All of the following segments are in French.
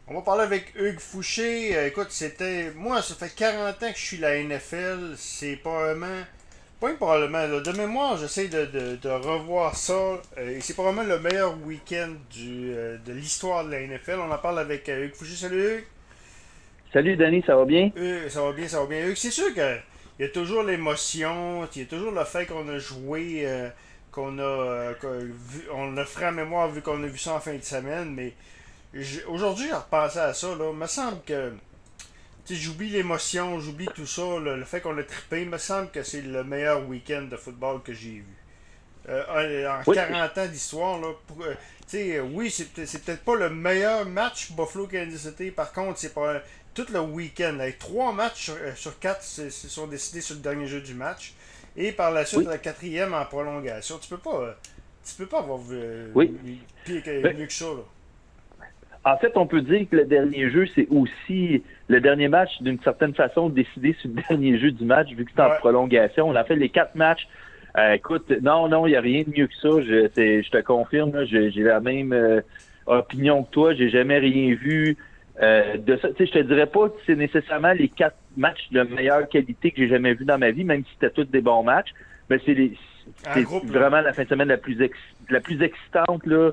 On va parler avec Hugues Fouché. Écoute, moi, ça fait 40 ans que je suis la NFL. C'est probablement. Pas probablement, là. De mémoire, j'essaie de revoir ça. Et c'est probablement le meilleur week-end de l'histoire de la NFL. On en parle avec Hugues Fouché. Salut Hugues. Salut Denis, ça va bien? Ça va bien, ça va bien. Hugues, c'est sûr que il y a toujours l'émotion, il y a toujours le fait qu'on a joué, on a frais en mémoire vu qu'on a vu ça en fin de semaine, mais aujourd'hui, j'ai repensé à ça, là. Il me semble que j'oublie l'émotion, j'oublie tout ça, le fait qu'on a trippé. Il me semble que c'est le meilleur week-end de football que j'ai vu. En Oui, 40 ans d'histoire, là, oui, c'est peut-être pas le meilleur match Buffalo-Kansas City. Par contre, c'est pas tout le week-end. Avec trois matchs sur quatre sont décidés sur le dernier jeu du match. Et par la suite, oui, la quatrième en prolongation. Tu peux pas avoir vu oui. Ben, mieux que ça, là. en fait, on peut dire que le dernier jeu, c'est aussi le dernier match, d'une certaine façon, décidé sur le dernier jeu du match, vu que c'est en Ouais. prolongation. On a fait les 4 matchs. Écoute, non, il n'y a rien de mieux que ça. Je te confirme, là, j'ai la même opinion que toi. J'ai jamais rien vu de ça. Tu sais, je te dirais pas que c'est nécessairement les 4 matchs de meilleure qualité que j'ai jamais vu dans ma vie, même si c'était tous des bons matchs. Mais En c'est groupe, là. vraiment la fin de semaine la plus excitante là,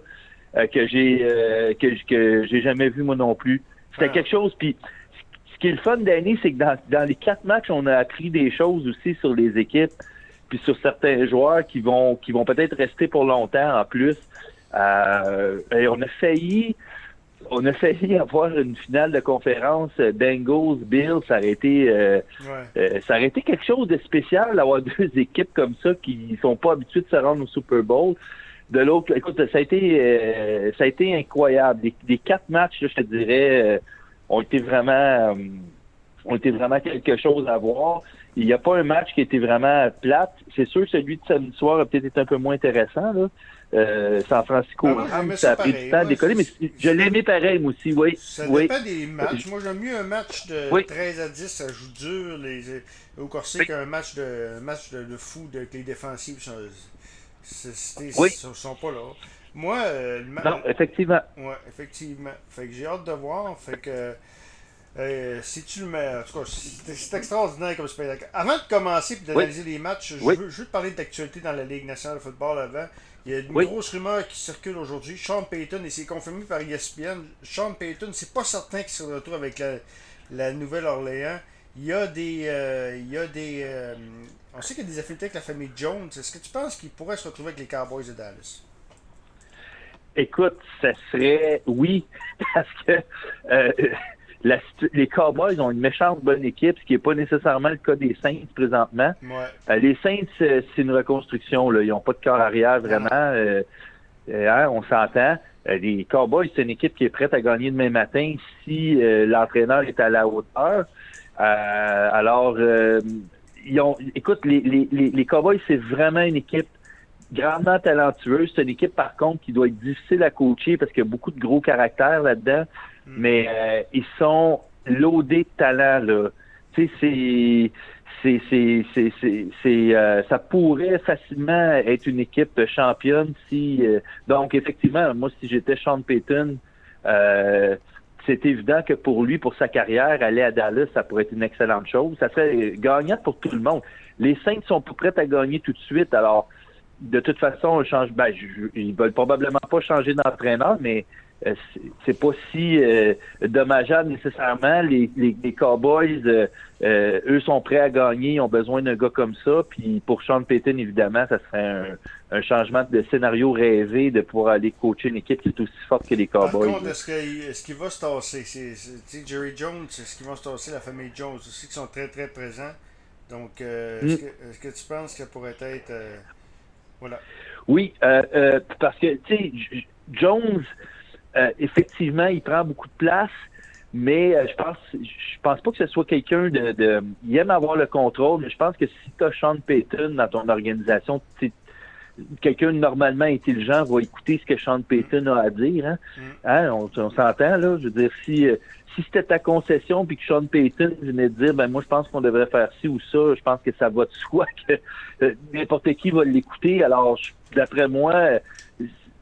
que j'ai jamais vu moi non plus. C'était Ah. quelque chose. Puis ce qui est le fun d'année, c'est que dans les 4 matchs, on a appris des choses aussi sur les équipes, puis sur certains joueurs qui vont peut-être rester pour longtemps en plus. Et on a failli avoir une finale de conférence Bengals-Bills. Ouais. Ça aurait été quelque chose de spécial d'avoir deux équipes comme ça qui sont pas habituées de se rendre au Super Bowl. De l'autre, écoute, ça a été incroyable. Les 4 matchs, là, je te dirais, ont été vraiment quelque chose à voir. Il n'y a pas un match qui a été vraiment plate. C'est sûr que celui de samedi soir a peut-être été un peu moins intéressant, là. San Ben, Francisco moi, Rams, j'aimais ça ça a pris du pareil. temps à Moi, décoller, mais je l'ai aimé pareil, moi aussi, oui. ça Oui. dépend des matchs. Moi, j'aime mieux un match de Oui. 13 à 10, ça joue dur au corset Oui. qu'un match de fou que les défensives Oui. sont pas là. Moi, Non, effectivement. ouais, effectivement. Fait que j'ai hâte de voir. Fait que si tu le mets. En tout cas, c'est extraordinaire comme spectacle. Avant de commencer et Oui. d'analyser les matchs, Oui. je veux te parler d'actualité dans la Ligue nationale de football avant. Il y a une Oui. grosse rumeur qui circule aujourd'hui. Sean Payton, et c'est confirmé par ESPN. Sean Payton, c'est pas certain qu'il se retrouve avec la Nouvelle-Orléans. On sait qu'il y a des affinités avec la famille Jones. Est-ce que tu penses qu'il pourrait se retrouver avec les Cowboys de Dallas? Écoute, ça serait oui, parce que euh, les Cowboys ont une méchante bonne équipe, ce qui n'est pas nécessairement le cas des Saints présentement. Ouais. Les Saints, c'est une reconstruction, là. Ils n'ont pas de corps arrière Non, vraiment. non. On s'entend. Les Cowboys, c'est une équipe qui est prête à gagner demain matin si l'entraîneur est à la hauteur. Alors, écoute, les Cowboys, c'est vraiment une équipe grandement talentueuse. C'est une équipe, par contre, qui doit être difficile à coacher parce qu'il y a beaucoup de gros caractères là-dedans. Hmm. Mais ils sont loadés de talent, là. Tu sais, ça pourrait facilement être une équipe championne si. Donc, effectivement, moi, si j'étais Sean Payton, euh, c'est évident que pour lui, pour sa carrière, aller à Dallas, ça pourrait être une excellente chose. Ça serait gagnant pour tout le monde. Les Saints sont pas prêts à gagner tout de suite. Alors, de toute façon, ils veulent probablement pas changer d'entraîneur, mais c'est pas si dommageable nécessairement. Les Cowboys, eux sont prêts à gagner, ils ont besoin d'un gars comme ça. Puis pour Sean Payton, évidemment, ça serait un changement de scénario rêvé de pouvoir aller coacher une équipe qui est aussi forte que les Par Cowboys, contre, là. est-ce qu'il va se tasser? Tu sais, Jerry Jones, est-ce qu'il va se tasser? La famille Jones aussi, qui sont très très présents. Donc, Mm. est-ce que tu penses que ça pourrait être. Voilà. Oui, parce que, tu sais, Jones, effectivement, il prend beaucoup de place, mais je pense pas que ce soit quelqu'un il aime avoir le contrôle, mais je pense que si tu as Sean Payton dans ton organisation, quelqu'un de normalement intelligent va écouter ce que Sean Mm, Payton a à dire. Hein? mm. On s'entend, là. Je veux dire, si c'était ta concession puis que Sean Payton venait de dire, ben moi, je pense qu'on devrait faire ci ou ça, je pense que ça va de soi que n'importe qui va l'écouter. Alors, d'après moi,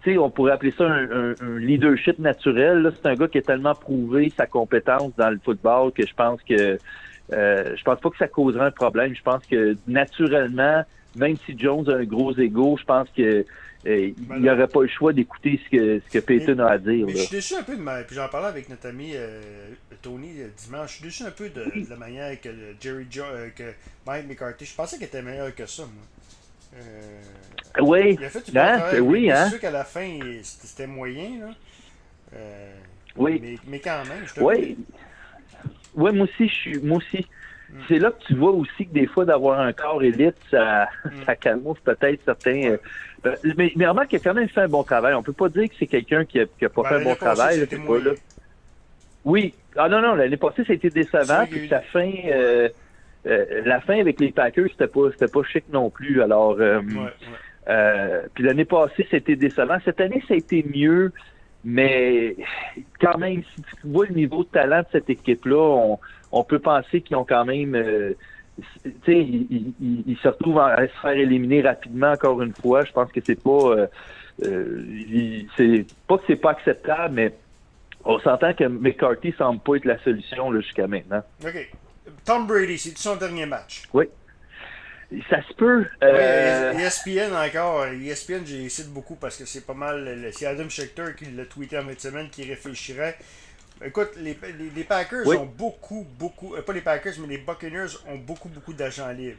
tu sais, on pourrait appeler ça un leadership naturel. Là, c'est un gars qui a tellement prouvé sa compétence dans le football que je pense pas que ça causerait un problème. Je pense que naturellement, même si Jones a un gros ego, je pense que il n'aurait pas le choix d'écouter ce que Payton a à dire. Mais là. je suis déçu un peu puis j'en parlais avec notre ami Tony dimanche. Je suis déçu un peu de la manière que que Mike McCarthy. Je pensais qu'il était meilleur que ça, moi. Oui, Il a fait du bon travail. oui, C'est hein? sûr qu'à la fin, c'était moyen, là. Oui. Mais quand même, je te Oui. Oui, moi aussi. C'est là que tu vois aussi que des fois, d'avoir un corps élite, ça camoufle peut-être certains... mais remarque qu'il a quand même fait un bon travail. On peut pas dire que c'est quelqu'un qui a pas fait un bon travail. Là, c'est pas, là. Oui. Ah non, l'année passée, ça a été décevant. Puis sa fin... la fin avec les Packers, c'était pas chic non plus. Alors, puis l'année passée, c'était décevant. Cette année, ça a été mieux. Mais quand même, si tu vois le niveau de talent de cette équipe-là, on peut penser qu'ils ont quand même... tu sais, ils se retrouvent à se faire éliminer rapidement encore une fois. Je pense que c'est pas... c'est pas que c'est pas acceptable, mais on s'entend que McCarthy semble pas être la solution là, jusqu'à maintenant. OK. Tom Brady, c'est son dernier match. Oui. Ça se peut. Oui, ESPN encore. ESPN, j'ai cite beaucoup parce que c'est pas mal. C'est Adam Schefter qui l'a tweeté en fin de semaine qui réfléchirait. Écoute, les Packers ont beaucoup, pas les Packers, mais les Buccaneers ont beaucoup d'agents libres.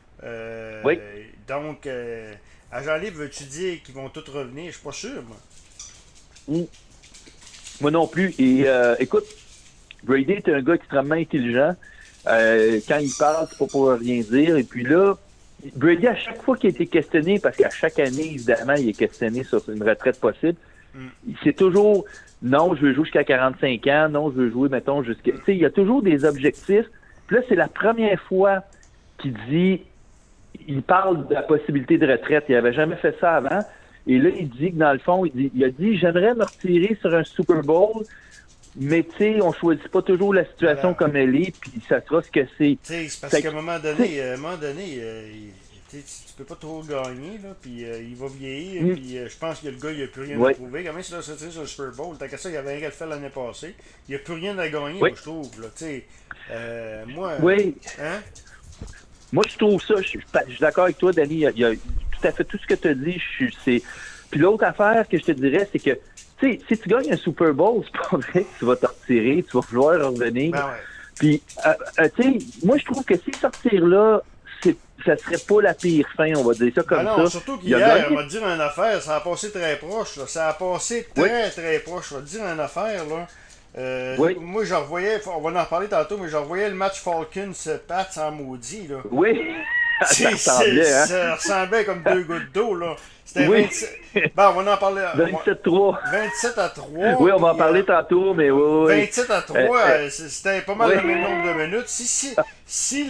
Donc, agents libres, veux-tu dire qu'ils vont tous revenir? Je suis pas sûr, moi. Moi non plus. Et écoute, Brady est un gars extrêmement intelligent. Quand il parle, c'est pas pour rien dire. Et puis là, Brady, à chaque fois qu'il a été questionné, parce qu'à chaque année, évidemment, il est questionné sur une retraite possible, c'est toujours non, je veux jouer jusqu'à 45 ans, non, je veux jouer, mettons, jusqu'à. Tu sais, il y a toujours des objectifs. Puis là, c'est la première fois qu'il dit, il parle de la possibilité de retraite. Il n'avait jamais fait ça avant. Et là, il dit que dans le fond, il a dit, j'aimerais me retirer sur un Super Bowl. Mais tu sais, on choisit pas toujours la situation comme elle est, puis ça sera ce que c'est. C'est parce qu'à un moment donné, tu peux pas trop gagner, là, puis il va vieillir, puis je pense que le gars, il a plus rien à prouver. Quand même, s'il a sorti sur le Super Bowl, tant qu'à ça, il avait rien à le faire l'année passée. Il a plus rien à gagner, moi, je trouve, là, tu sais. Moi... Hein? Moi, je trouve ça, je suis d'accord avec toi, Danny, il y a tout à fait tout ce que tu as dit, Puis l'autre affaire que je te dirais, c'est que tu sais, si tu gagnes un Super Bowl, c'est pas vrai que tu vas te retirer, tu vas vouloir revenir. Ben ouais. Puis, tu sais, moi, je trouve que si sortir là, ça serait pas la pire fin, on va dire ça comme ça. Surtout qu'hier, on va te dire une affaire, ça a passé très proche, là. Ça a passé très proche. Je vais te dire une affaire, là. Moi, je revoyais, on va en reparler tantôt, mais je revoyais le match Falcons-Pats en maudit, là. Oui. Ça ressemblait comme deux gouttes d'eau, là. C'était 27... Bon, on va en parler. 27-3. 27-3. Oui, on va en parler tantôt, mais oui. 27-3, c'était pas mal le même nombre de minutes. Si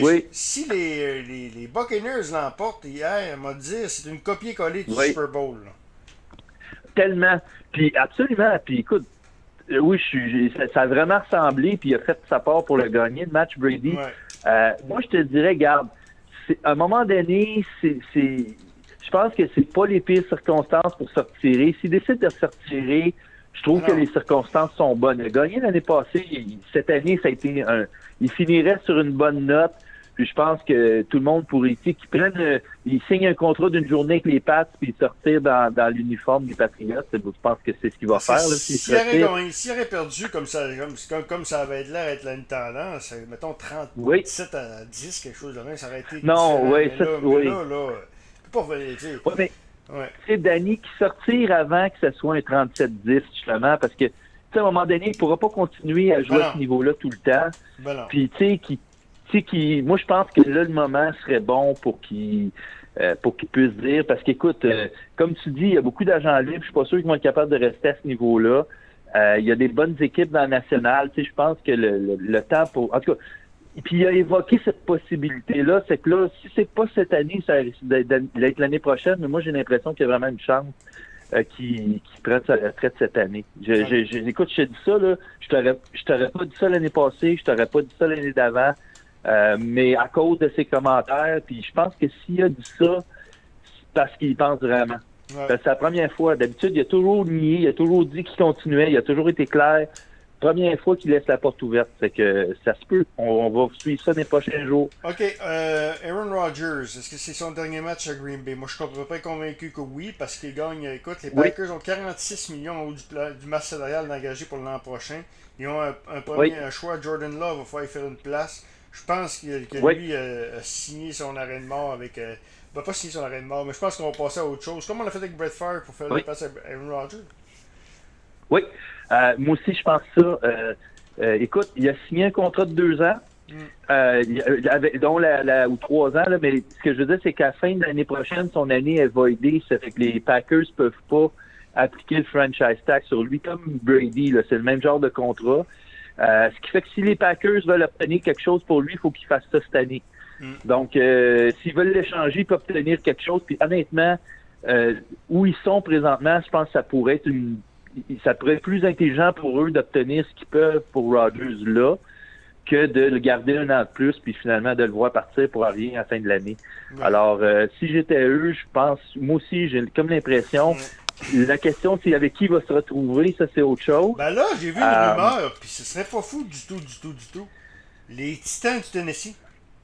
les Buccaneers l'emportent hier, on m'a dit c'est une copier-coller du Super Bowl. Là. Tellement. Puis absolument. Puis écoute, oui, ça a vraiment ressemblé, puis il a fait sa part pour le gagner, le match Brady. Moi, je te dirais, garde, à un moment donné, je pense que c'est pas les pires circonstances pour se retirer. S'il décide de se retirer, je trouve que les circonstances sont bonnes. Il a gagné l'année passée. Cette année, ça a été il finirait sur une bonne note. Puis je pense que tout le monde pourrait qu'il il signe un contrat d'une journée avec les Pats puis sortir dans l'uniforme des Patriots. Je pense que c'est ce qu'il va faire. S'il aurait perdu comme ça avait l'air d'être une tendance, mettons 37 à 10, quelque chose de même, ça aurait été non, oui, ça, oui. Là, pas revenir, tu sais. Mais c'est Danny qui sortir avant que ce soit un 37-10, justement, parce que, tu sais, à un moment donné, il ne pourra pas continuer à jouer à ce niveau-là tout le temps. Puis, tu sais, moi, je pense que là, le moment serait bon pour qu'il puisse dire, parce qu'écoute, comme tu dis, il y a beaucoup d'agents libres, je suis pas sûr qu'ils vont être capables de rester à ce niveau-là. Il y a des bonnes équipes dans la nationale, tu sais, je pense que le temps pour... En tout cas, puis il a évoqué cette possibilité-là, c'est que là, si c'est pas cette année, ça risque d'être l'année prochaine, mais moi, j'ai l'impression qu'il y a vraiment une chance qu'il prenne sa retraite cette année. Écoute, je te dis ça, là, je t'aurais pas dit ça l'année passée, je t'aurais pas dit ça l'année d'avant, mais à cause de ses commentaires, puis je pense que s'il a dit ça, c'est parce qu'il pense vraiment. Ouais. C'est la première fois. D'habitude, il a toujours nié, il a toujours dit qu'il continuait, il a toujours été clair. Première fois qu'il laisse la porte ouverte. C'est que ça se peut. On va suivre ça les prochains jours. OK. Aaron Rodgers, est-ce que c'est son dernier match à Green Bay? Moi, je suis complètement convaincu que oui, parce qu'il gagne. Écoute, les Oui. Packers ont 46 millions en haut du masse salarial engagé pour l'an prochain. Ils ont un premier choix. Jordan Love va falloir y faire une place. Je pense que lui a signé son arrêt de mort avec. Pas signé son arrêt de mort, mais je pense qu'on va passer à autre chose. Comme on l'a fait avec Brett Favre pour faire la place à Aaron Rodgers. Oui. Moi aussi, je pense ça. Écoute, il a signé un contrat de 2 ans. Dont ou 3 ans, là, mais ce que je veux dire, c'est qu'à la fin de l'année prochaine, son année, elle va aider. Ça fait que les Packers peuvent pas appliquer le franchise tax sur lui comme Brady. Là, c'est le même genre de contrat. Ce qui fait que si les Packers veulent obtenir quelque chose pour lui, il faut qu'ils fassent ça cette année. Donc, s'ils veulent l'échanger, ils peuvent obtenir quelque chose. Puis honnêtement, où ils sont présentement, je pense que ça pourrait être plus intelligent pour eux d'obtenir ce qu'ils peuvent pour Rodgers là, que de le garder un an de plus, puis finalement de le voir partir pour rien à la fin de l'année. Ouais. Alors, si j'étais eux, je pense, moi aussi, j'ai comme l'impression, la question, c'est avec qui il va se retrouver, ça c'est autre chose. Ben là, j'ai vu une rumeur, puis ce serait pas fou du tout. Les Titans du Tennessee.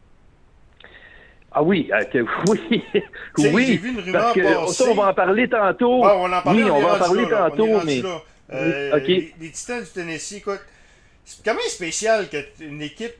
Ah oui, oui, oui. J'ai vu une rumeur parce que passer. Ça, on va en parler tantôt. Ah, on va en parler tantôt, mais... Okay. Les Titans du Tennessee, écoute, c'est quand même spécial qu'une équipe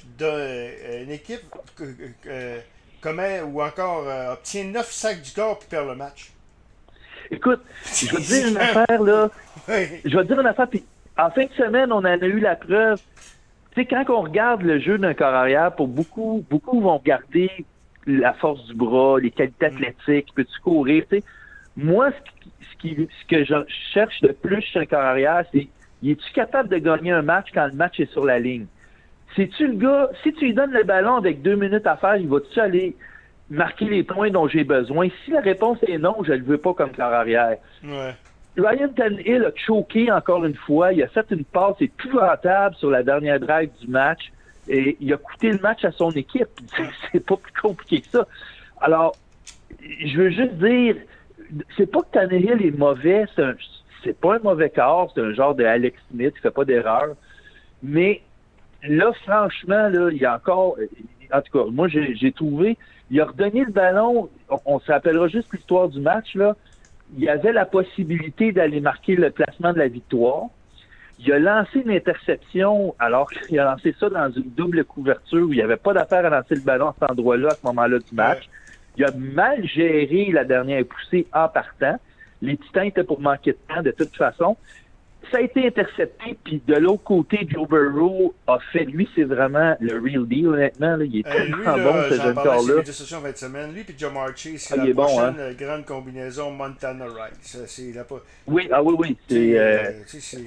obtient 9 sacs du corps puis perd le match. Écoute, je vais te dire une affaire, là. Je vais te dire une affaire, puis en fin de semaine, on en a eu la preuve. Tu sais, quand on regarde le jeu d'un corps arrière, pour beaucoup vont regarder la force du bras, les qualités athlétiques, peux-tu courir, tu sais. Moi, ce que je cherche de plus chez un corps arrière, c'est es-tu capable de gagner un match quand le match est sur la ligne? C'est-tu le gars, si tu lui donnes le ballon avec 2 minutes à faire, il va-tu aller marquer les points dont j'ai besoin? Si la réponse est non, je ne le veux pas comme corps arrière. Ouais. Ryan Tannehill a choqué encore une fois. Il a fait une passe épouvantable sur la dernière drive du match et il a coûté le match à son équipe. C'est pas plus compliqué que ça. Alors, je veux juste dire, c'est pas que Tannehill est mauvais, c'est pas un mauvais corps, c'est un genre de Alex Smith, il fait pas d'erreur. Mais là, franchement, là, il y a encore... En tout cas, moi, j'ai trouvé... Il a redonné le ballon, on se rappellera juste l'histoire du match, là. Il y avait la possibilité d'aller marquer le placement de la victoire. Il a lancé une interception, alors qu'il a lancé ça dans une double couverture où il n'y avait pas d'affaire à lancer le ballon à cet endroit-là, à ce moment-là du match. Ouais. Il a mal géré la dernière poussée en partant. Les Titans étaient pour manquer de temps de toute façon. Ça a été intercepté, puis de l'autre côté, Joe Burrow a fait, lui, c'est vraiment le real deal, honnêtement. Là. Il est tellement bon, ce jeune corps-là. Fin de semaine. Lui et Jamar Chase, c'est la prochaine grande combinaison Montana Rice. Oui, c'est...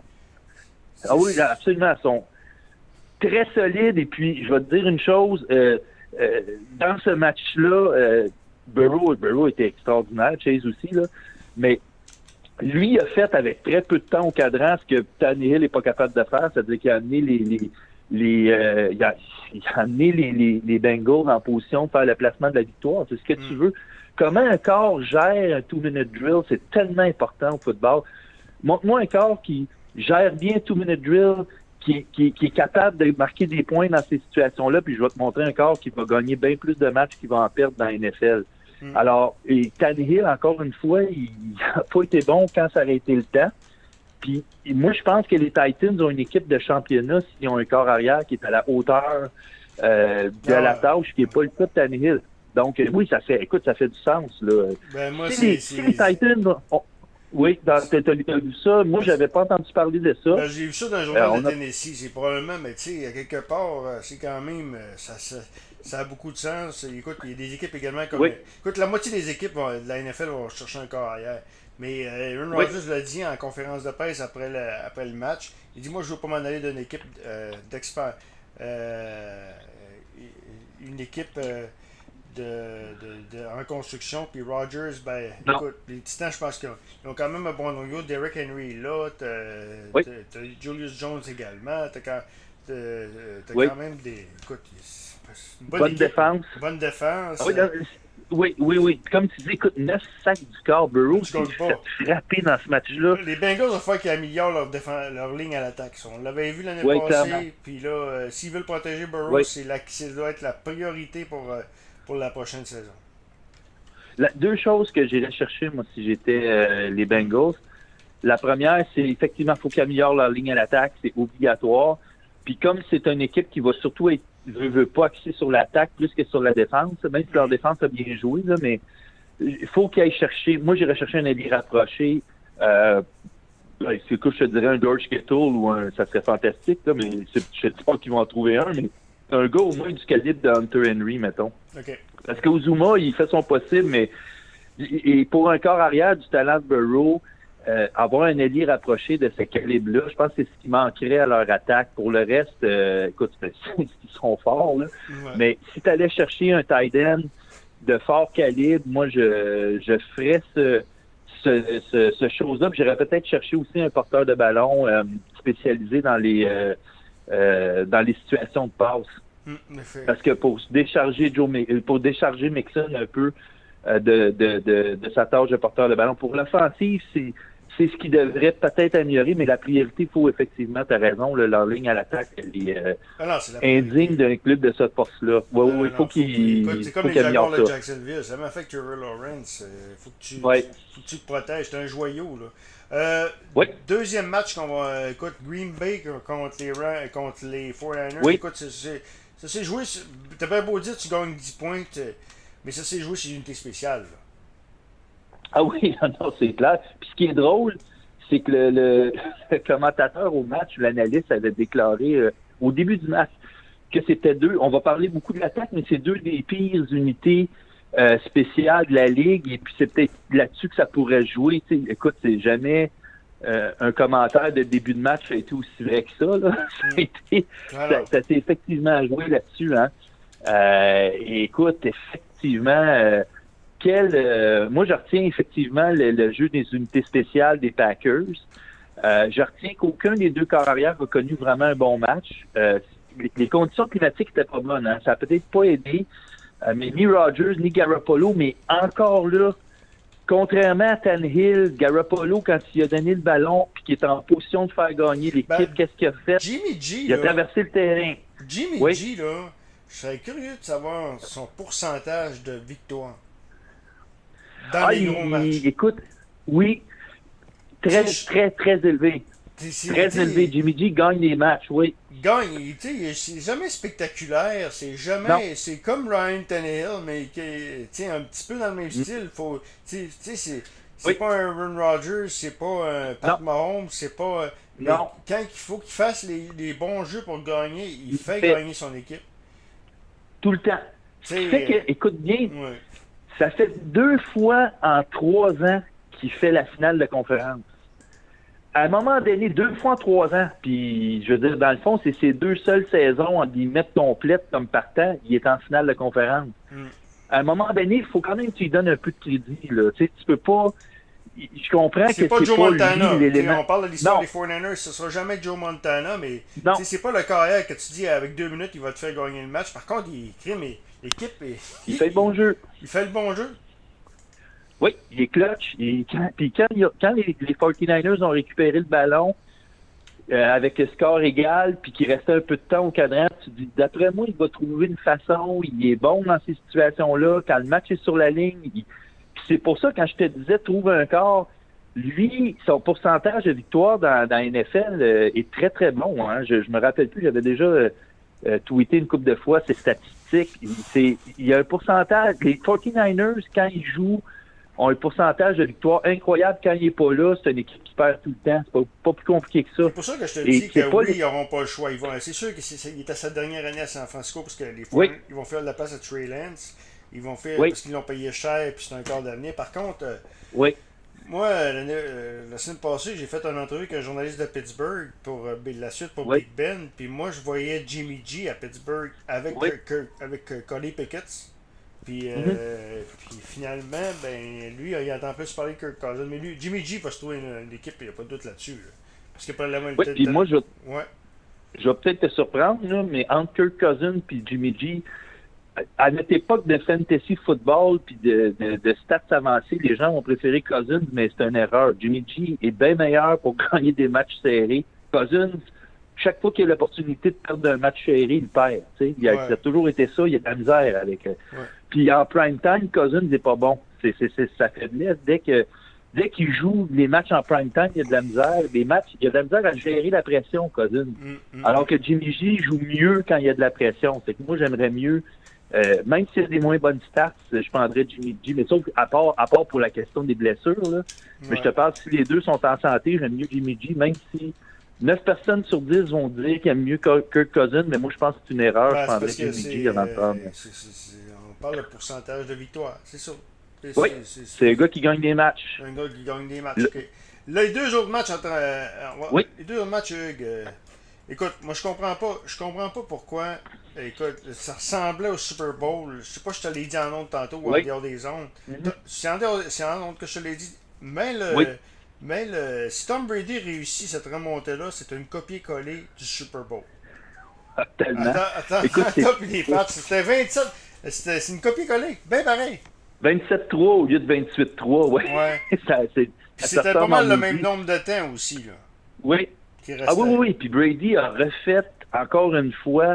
Ah oui, absolument. Ils sont très solides. Et puis, je vais te dire une chose. Dans ce match-là, Burrow était extraordinaire, Chase aussi, là. Mais lui, il a fait avec très peu de temps au cadran ce que Tannehill n'est pas capable de faire. C'est-à-dire qu'il a amené il a amené les Bengals en position de faire le placement de la victoire. C'est ce que tu veux. Comment un corps gère un 2-minute drill, c'est tellement important au football. Montre-moi un corps qui gère bien 2-minute drill, qui est capable de marquer des points dans ces situations-là, puis je vais te montrer un corps qui va gagner bien plus de matchs qu'il va en perdre dans la NFL. Alors, et Tannehill, encore une fois, il n'a pas été bon quand ça aurait été le temps. Puis moi, je pense que les Titans ont une équipe de championnat s'ils ont un corps arrière qui est à la hauteur de la tâche, qui n'est pas le cas de Tannehill. Donc, oui, ça fait du sens. Là. Ben, moi, si les Titans... Oui, t'as vu ça. Moi, j'avais pas entendu parler de ça. Ben, j'ai vu ça dans le journal de Tennessee. C'est probablement, mais tu sais, à quelque part, c'est quand même... Ça a beaucoup de sens. Écoute, il y a des équipes également comme... Oui. Écoute, la moitié des équipes de la NFL vont chercher un corps arrière. Mais Aaron Rodgers l'a dit en conférence de presse après le match. Il dit, moi, je veux pas m'en aller d'une équipe d'experts. Une équipe... en construction, puis Rodgers, ben, écoute, les Titans, je pense qu'ils ont quand même un bon noyau. Derrick Henry est là, t'as Julius Jones également, t'as quand même des... Écoute, bonne défense. Bonne défense. Oui, Oui, oui, oui. Comme tu dis, écoute, 9 sacs du corps, Burrow s'est fait frapper dans ce match-là. Les Bengals, il va falloir qu'ils améliorent leur ligne à l'attaque. On l'avait vu l'année Oui, clairement. passée, puis là, s'ils veulent protéger Burrow, Oui. ça doit être la priorité pour la prochaine saison. Deux choses que j'irais chercher, moi, si j'étais les Bengals. La première, c'est effectivement, il faut qu'ils améliorent leur ligne à l'attaque, c'est obligatoire. Puis comme c'est une équipe qui va surtout être, veut pas axer sur l'attaque plus que sur la défense, même si leur défense a bien joué, là, mais il faut qu'ils aillent chercher. Moi, j'irais chercher un allié rapproché. C'est quoi, je te dirais un George Kittle ou ça serait fantastique, là, mais je ne sais pas qu'ils vont en trouver un, mais un gars au moins du calibre de Hunter Henry, mettons. Okay. Parce qu'Ozuma, il fait son possible, mais et pour un corps arrière du talent de Burrow, avoir un allié rapproché de ce calibre-là, je pense que c'est ce qui manquerait à leur attaque. Pour le reste, écoute, ils sont forts, là. Ouais. Mais si tu allais chercher un tight end de fort calibre, moi, je ferais ce chose-là. Puis j'irais peut-être chercher aussi un porteur de ballon spécialisé dans les situations de passe. Parce que pour décharger Mixon un peu de sa tâche de porteur de ballon, pour l'offensive, c'est ce qui devrait peut-être améliorer, mais la priorité, il faut effectivement, tu as raison, leur ligne à l'attaque, elle est indigne d'un club de cette force-là. Il faut qu'il c'est comme les Jaguars de Jacksonville, ça m'a fait que Trevor Lawrence, faut que tu te protèges, c'est un joyau, là. Deuxième match qu'on va écoute, Green Bay contre les 49ers. Oui. Écoute, ça s'est joué, t'as bien beau dire tu gagnes 10 points, mais ça s'est joué sur une unité spéciale, là. Ah oui, non, c'est clair. Puis ce qui est drôle, c'est que le commentateur au match, l'analyste, avait déclaré au début du match que c'était on va parler beaucoup de l'attaque, mais c'est deux des pires unités spéciales de la Ligue, et puis c'est peut-être là-dessus que ça pourrait jouer. T'sais, écoute, c'est jamais un commentaire de début de match a été aussi vrai que ça, là. Ça s'est effectivement joué là-dessus, hein. Et écoute, effectivement... moi, je retiens effectivement le jeu des unités spéciales des Packers. Je retiens qu'aucun des deux corps arrière a connu vraiment un bon match. Les conditions climatiques n'étaient pas bonnes. Hein? Ça n'a peut-être pas aidé. Mais ni Rodgers, ni Garoppolo, mais encore là, contrairement à Tannehill, Garoppolo, quand il a donné le ballon et qu'il est en position de faire gagner l'équipe, qu'est-ce qu'il a fait? Jimmy G, il a traversé le terrain. Jimmy G, là, je serais curieux de savoir son pourcentage de victoire. Dans les gros matchs. Écoute, oui, très élevé. Très élevé. Jimmy G gagne des matchs, oui. Gagne, c'est jamais spectaculaire, c'est jamais. C'est comme Ryan Tannehill, mais un petit peu dans le même style. C'est pas un Aaron Rodgers, c'est pas un Pat Mahomes, c'est pas. Non. Quand il faut qu'il fasse les bons jeux pour gagner, il fait gagner son équipe. Tout le temps. Écoute bien. Ouais. Ça fait 2 fois en 3 ans qu'il fait la finale de conférence. À un moment donné, 2 fois en 3 ans, puis je veux dire, dans le fond, c'est ses 2 seules saisons en guillemets complètes comme partant, il est en finale de conférence. À un moment donné, il faut quand même que tu lui donnes un peu de crédit, là. Tu sais, tu peux pas... Je comprends que c'est pas Joe Montana. L'élément. On parle de l'histoire des 49ers, ce sera jamais Joe Montana, mais c'est pas le carrière que tu dis avec 2 minutes, il va te faire gagner le match. Par contre, il crée, mais l'équipe... Il fait le bon jeu. Il fait le bon jeu. Oui, il est clutch. Puis quand les 49ers ont récupéré le ballon avec le score égal, puis qu'il restait un peu de temps au cadran, tu dis, d'après moi, il va trouver une façon, il est bon dans ces situations-là, quand le match est sur la ligne. Puis c'est pour ça, quand je te disais, trouve un corps, lui, son pourcentage de victoire dans la NFL est très, très bon. Hein. Je me rappelle plus, j'avais déjà tweeté une couple de fois ses statistiques. Il y a un pourcentage. Les 49ers, quand ils jouent, ont un pourcentage de victoire incroyable. Quand il n'est pas là, c'est une équipe qui perd tout le temps. C'est pas plus compliqué que ça. C'est pour ça que je te dis que oui, ils n'auront pas le choix. C'est sûr qu'il est à sa dernière année à San Francisco parce que les fois, ils vont faire de la place à Trey Lance. Ils vont faire parce qu'ils l'ont payé cher et c'est un quart d'avenir. Par contre, moi, la semaine passée, j'ai fait une entrevue avec un journaliste de Pittsburgh pour la suite pour Big Ben. Puis moi, je voyais Jimmy G à Pittsburgh avec Cody Pickett. Puis finalement, ben lui, il entend plus parler que Kirk Cousins. Mais lui, Jimmy G va se trouver une équipe, il n'y a pas de doute là-dessus. Là. Parce que probablement... puis moi, je vais peut-être te surprendre, là, mais entre Kirk Cousins et Jimmy G, à notre époque de fantasy football puis de stats avancés, les gens ont préféré Cousins, mais c'est une erreur. Jimmy G est bien meilleur pour gagner des matchs serrés. Cousins, chaque fois qu'il a l'opportunité de perdre un match serré, il perd. Ça a toujours été ça, il y a de la misère avec. Puis en prime time, Cousins n'est pas bon. C'est sa faiblesse. Dès qu'il joue les matchs en prime time, il y a de la misère. Il y a de la misère à gérer la pression, Cousins. Alors que Jimmy G joue mieux quand il y a de la pression. C'est que moi, j'aimerais mieux, même s'il y a des moins bonnes stats, je prendrais Jimmy G. Mais sauf à part pour la question des blessures, là. Mais je te parle, si les deux sont en santé, j'aime mieux Jimmy G, même si 9 personnes sur 10 vont dire qu'ils aiment mieux Kirk Cousins, mais moi, je pense que c'est une erreur. Je prendrais Jimmy G avant de prendre. On parle de pourcentage de victoire, c'est ça. Oui, c'est un gars qui gagne des matchs. Un gars qui gagne des matchs, OK. Là, les deux autres matchs entre... oui. Les deux autres matchs, Hugues, écoute, moi, je comprends pas pourquoi... Écoute, ça ressemblait au Super Bowl. Je sais pas si je te l'ai dit en ondes tantôt ou en dehors des ondes. C'est en ondes que je te l'ai dit. Mais si Tom Brady réussit cette remontée-là, c'est une copier-coller du Super Bowl. Tellement. Attends, écoute, puis les Pats, c'était 27... C'est une copier-coller, bien pareil. 27-3 au lieu de 28-3, ouais. C'était pas mal le même nombre de temps aussi, là. Oui. Oui. Puis Brady a refait encore une fois.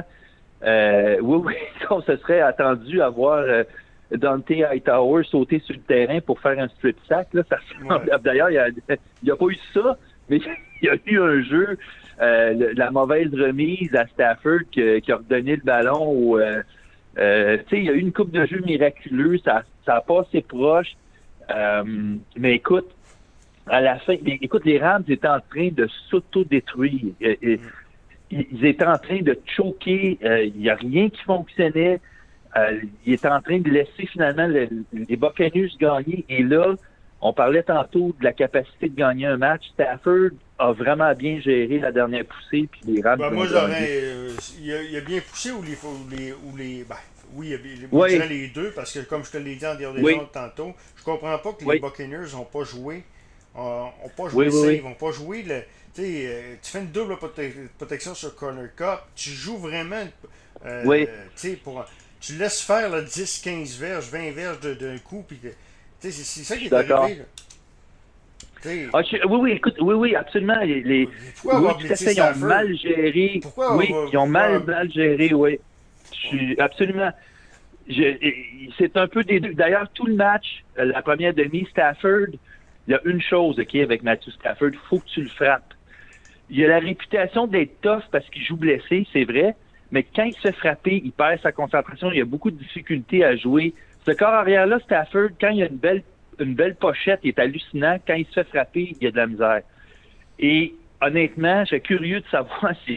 On se serait attendu à voir Dante Hightower sauter sur le terrain pour faire un strip sack. Là. D'ailleurs, il n'y a pas eu ça, mais il y a eu un jeu, la mauvaise remise à Stafford qui a redonné le ballon au... il y a eu une coupe de jeu miraculeux, ça a passé proche. Mais écoute, à la fin, les Rams étaient en train de s'auto-détruire. Ils étaient en train de choquer. Il n'y a rien qui fonctionnait. Ils étaient en train de laisser finalement les Buccaneers gagner. Et là, on parlait tantôt de la capacité de gagner un match. Stafford a vraiment bien géré la dernière poussée, puis les Rams... moi, il a bien poussé oui, je dirais les deux, parce que comme je te l'ai dit en dehors des autres tantôt, je comprends pas que les Buccaneers n'ont pas joué. Ils n'ont pas joué tu fais une double protection sur Corner Cup, tu joues vraiment tu laisses faire 10-15 verges, 20 verges d'un coup, puis c'est ça qui est arrivé là. Écoute, absolument. Les ils ont mal géré. Ils ont mal géré, oui. Je suis absolument. C'est un peu des deux. D'ailleurs, tout le match, la première demi, Stafford, il y a une chose, OK, avec Matthew Stafford, il faut que tu le frappes. Il a la réputation d'être tough parce qu'il joue blessé, c'est vrai, mais quand il se fait frapper, il perd sa concentration, il a beaucoup de difficultés à jouer. Ce corps arrière-là, Stafford, quand il a une belle pochette, il est hallucinant. Quand il se fait frapper, il y a de la misère. Et honnêtement, je suis curieux de savoir si...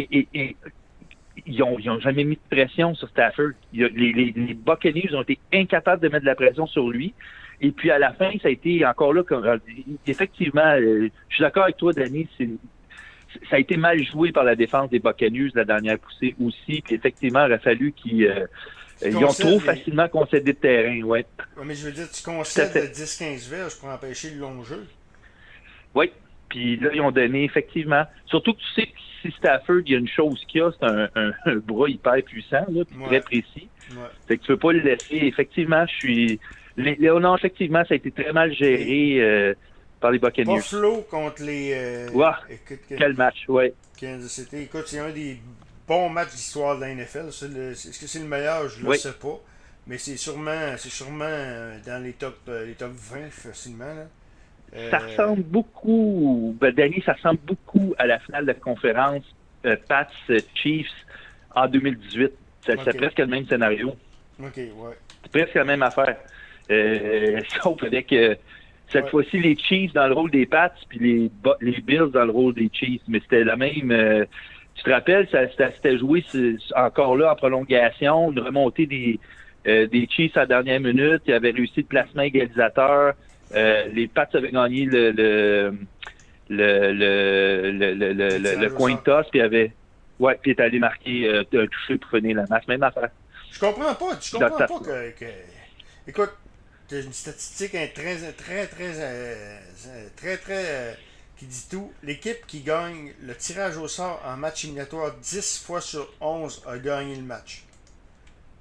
Ils n'ont jamais mis de pression sur Stafford. Les Buccaneers ont été incapables de mettre de la pression sur lui. Et puis à la fin, ça a été encore là... Effectivement, je suis d'accord avec toi, Danny, ça a été mal joué par la défense des Buccaneers la dernière poussée aussi. Puis effectivement, il aurait fallu qu'ils ont trop facilement concédé de terrain. Ouais. Mais je veux dire, tu concèdes de 10-15 verges pour empêcher le long jeu. Oui. Puis là, ils ont donné, effectivement. Surtout que tu sais que si Stafford, il y a une chose qu'il a, c'est un bras hyper puissant, là, puis très précis. Fait que tu peux pas le laisser. Effectivement, non, effectivement, ça a été très mal géré par les Buccaneers. Buffalo contre les... quel match, oui. Kansas City. Écoute, c'est un des bons matchs d'histoire de la NFL. Est-ce que c'est le meilleur? Je ne le sais pas. Mais c'est sûrement dans les top 20 facilement, là. Ça ressemble beaucoup, Danny, ça ressemble beaucoup à la finale de conférence Pats Chiefs en 2018. C'est presque le même scénario. OK, ouais. C'est presque la même affaire. Sauf avec cette fois-ci les Chiefs dans le rôle des Pats puis les Bills dans le rôle des Chiefs. Mais c'était la même... tu te rappelles, ça s'était joué encore là en prolongation, une remontée des Chiefs à la dernière minute. Ils avaient réussi le placement égalisateur. Les Pats avaient gagné le coin toss, puis puis est allé marquer un touché pour finir la match. Même affaire. Je comprends pas que écoute, t'as une statistique très qui dit tout. L'équipe qui gagne le tirage au sort en match éliminatoire 10 fois sur 11 a gagné le match.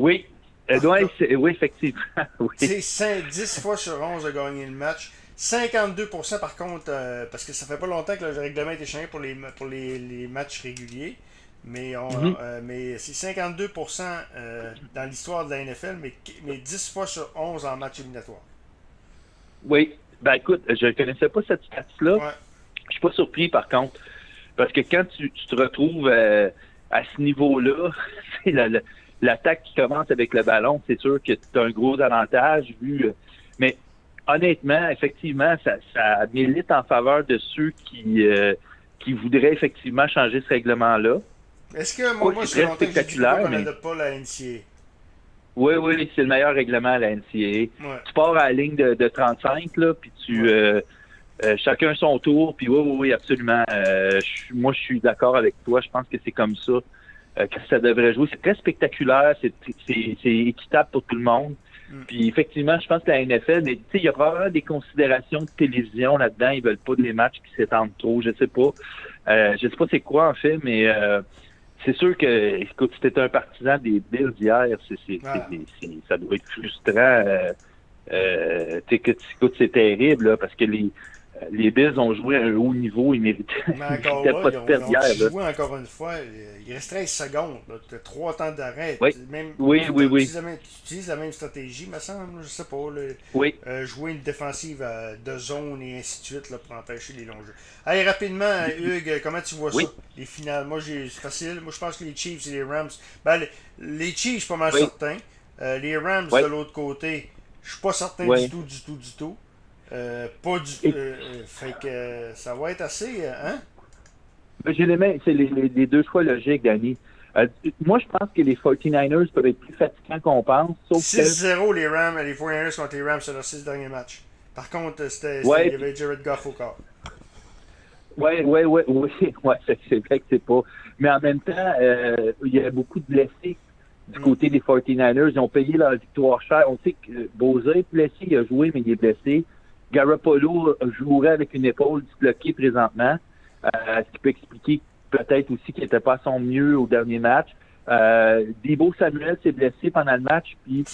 Oui. Oui, effectivement. Oui. C'est 10 fois sur 11 de gagner le match. 52% par contre, parce que ça fait pas longtemps que le règlement a été changé pour les matchs réguliers. Mhm. Mais c'est 52% dans l'histoire de la NFL, mais 10 fois sur 11 en match éliminatoire. Oui. Ben écoute, je ne connaissais pas cette stat-là. Ouais. Je suis pas surpris par contre. Parce que quand tu te retrouves à ce niveau-là, c'est l'attaque qui commence avec le ballon, c'est sûr que tu as un gros avantage mais honnêtement, effectivement, ça milite en faveur de ceux qui voudraient effectivement changer ce règlement-là. Est-ce que moi C'est ça fait très longtemps que j'ai dit pourquoi spectaculaire, on mais n'adopte pas la NCA? oui, c'est le meilleur règlement à la NCAA. Ouais. Tu pars à la ligne de 35, là, puis chacun son tour, puis oui, absolument. Moi, je suis d'accord avec toi. Je pense que c'est comme ça que ça devrait jouer. C'est très spectaculaire, c'est équitable pour tout le monde. Puis effectivement, je pense que la NFL, il y a probablement des considérations de télévision là-dedans. Ils veulent pas des matchs qui s'étendent trop. Je sais pas. Je sais pas c'est quoi en fait, mais c'est sûr que, écoute, si t'es un partisan des Bills d'hier, ça doit être frustrant. Écoute, c'est terrible là, parce que les Bills ont joué à un haut niveau, ils méritaient pas de perdre hier. Ils ont joué encore une fois. Il reste 13 secondes. Tu as 3 temps d'arrêt. Oui. Oui. Tu utilises la même stratégie, me semble. Je sais pas. Oui. Jouer une défensive de zone et ainsi de suite là, pour empêcher les longs jeux. Allez, rapidement, Hugues, comment tu vois ça? Les finales. Moi, c'est facile. Moi, je pense que les Chiefs et les Rams. Les Chiefs, je suis pas mal certain. Les Rams, de l'autre côté, je suis pas certain du tout. Fait que ça va être assez, hein? J'ai c'est les deux choix logiques, Danny. Moi, je pense que les 49ers peuvent être plus fatigants qu'on pense. 6-0 les 49ers contre les Rams sur leurs 6 derniers matchs. Par contre, il y avait Jared Goff au corps. Oui, c'est vrai que c'est pas. Mais en même temps, il y a beaucoup de blessés du côté des 49ers. Ils ont payé leur victoire chère. On sait que Boza est blessé, il a joué, mais il est blessé. Garoppolo jouerait avec une épaule disloquée présentement, ce qui peut expliquer peut-être aussi qu'il n'était pas à son mieux au dernier match. Deebo Samuel s'est blessé pendant le match, puis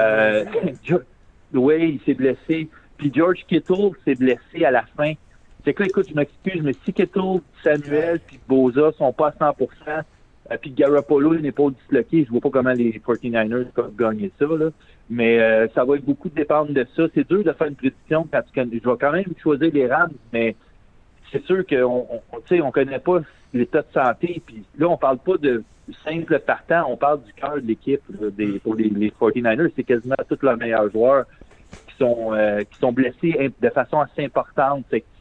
oui, il s'est blessé. Puis George Kittle s'est blessé à la fin. C'est que là, écoute, je m'excuse, mais si Kittle, Samuel, puis Boza sont pas à 100%, puis Garoppolo, une épaule disloquée, je vois pas comment les 49ers peuvent gagner ça, là. Mais ça va être beaucoup dépendre de ça. C'est dur de faire une prédiction quand je vais quand même choisir les Rams, mais c'est sûr qu'on connaît pas l'état de santé. Puis là, on parle pas de simple partant, on parle du cœur de l'équipe pour les 49ers. C'est quasiment tous leurs meilleurs joueurs qui sont blessés de façon assez importante.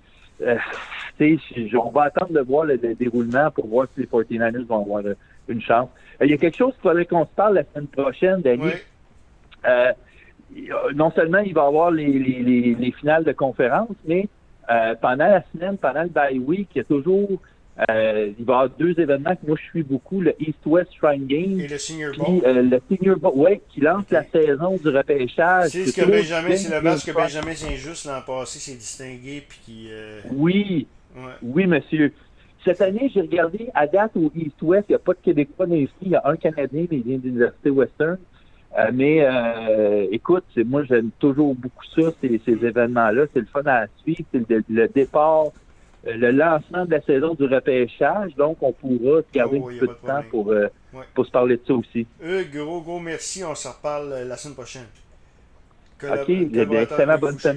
On va attendre de voir le déroulement pour voir si les 49ers vont avoir une chance. Il y a quelque chose qu'il faudrait qu'on se parle la semaine prochaine, Danny. Oui. Non seulement il va y avoir les finales de conférence, mais pendant la semaine, pendant le bye week, il y a toujours il va y avoir deux événements que moi je suis beaucoup, le East-West Shrine Game et le Senior Bowl. Le Senior Bowl, qui lance la saison du repêchage. C'est le match que Benjamin Saint-Just l'an passé s'est distingué puis qui. Oui, monsieur. Cette année, j'ai regardé à date au East-West, il n'y a pas de Québécois dans les filles, il y a un Canadien, mais il vient de l'Université Western. Écoute, moi j'aime toujours beaucoup ça, ces événements-là. C'est le fun à suivre. C'est le départ, le lancement de la saison du repêchage. Donc, on pourra garder un petit peu de temps pour se parler de ça aussi. Gros merci. On se reparle la semaine prochaine. OK, excellent, bonne semaine.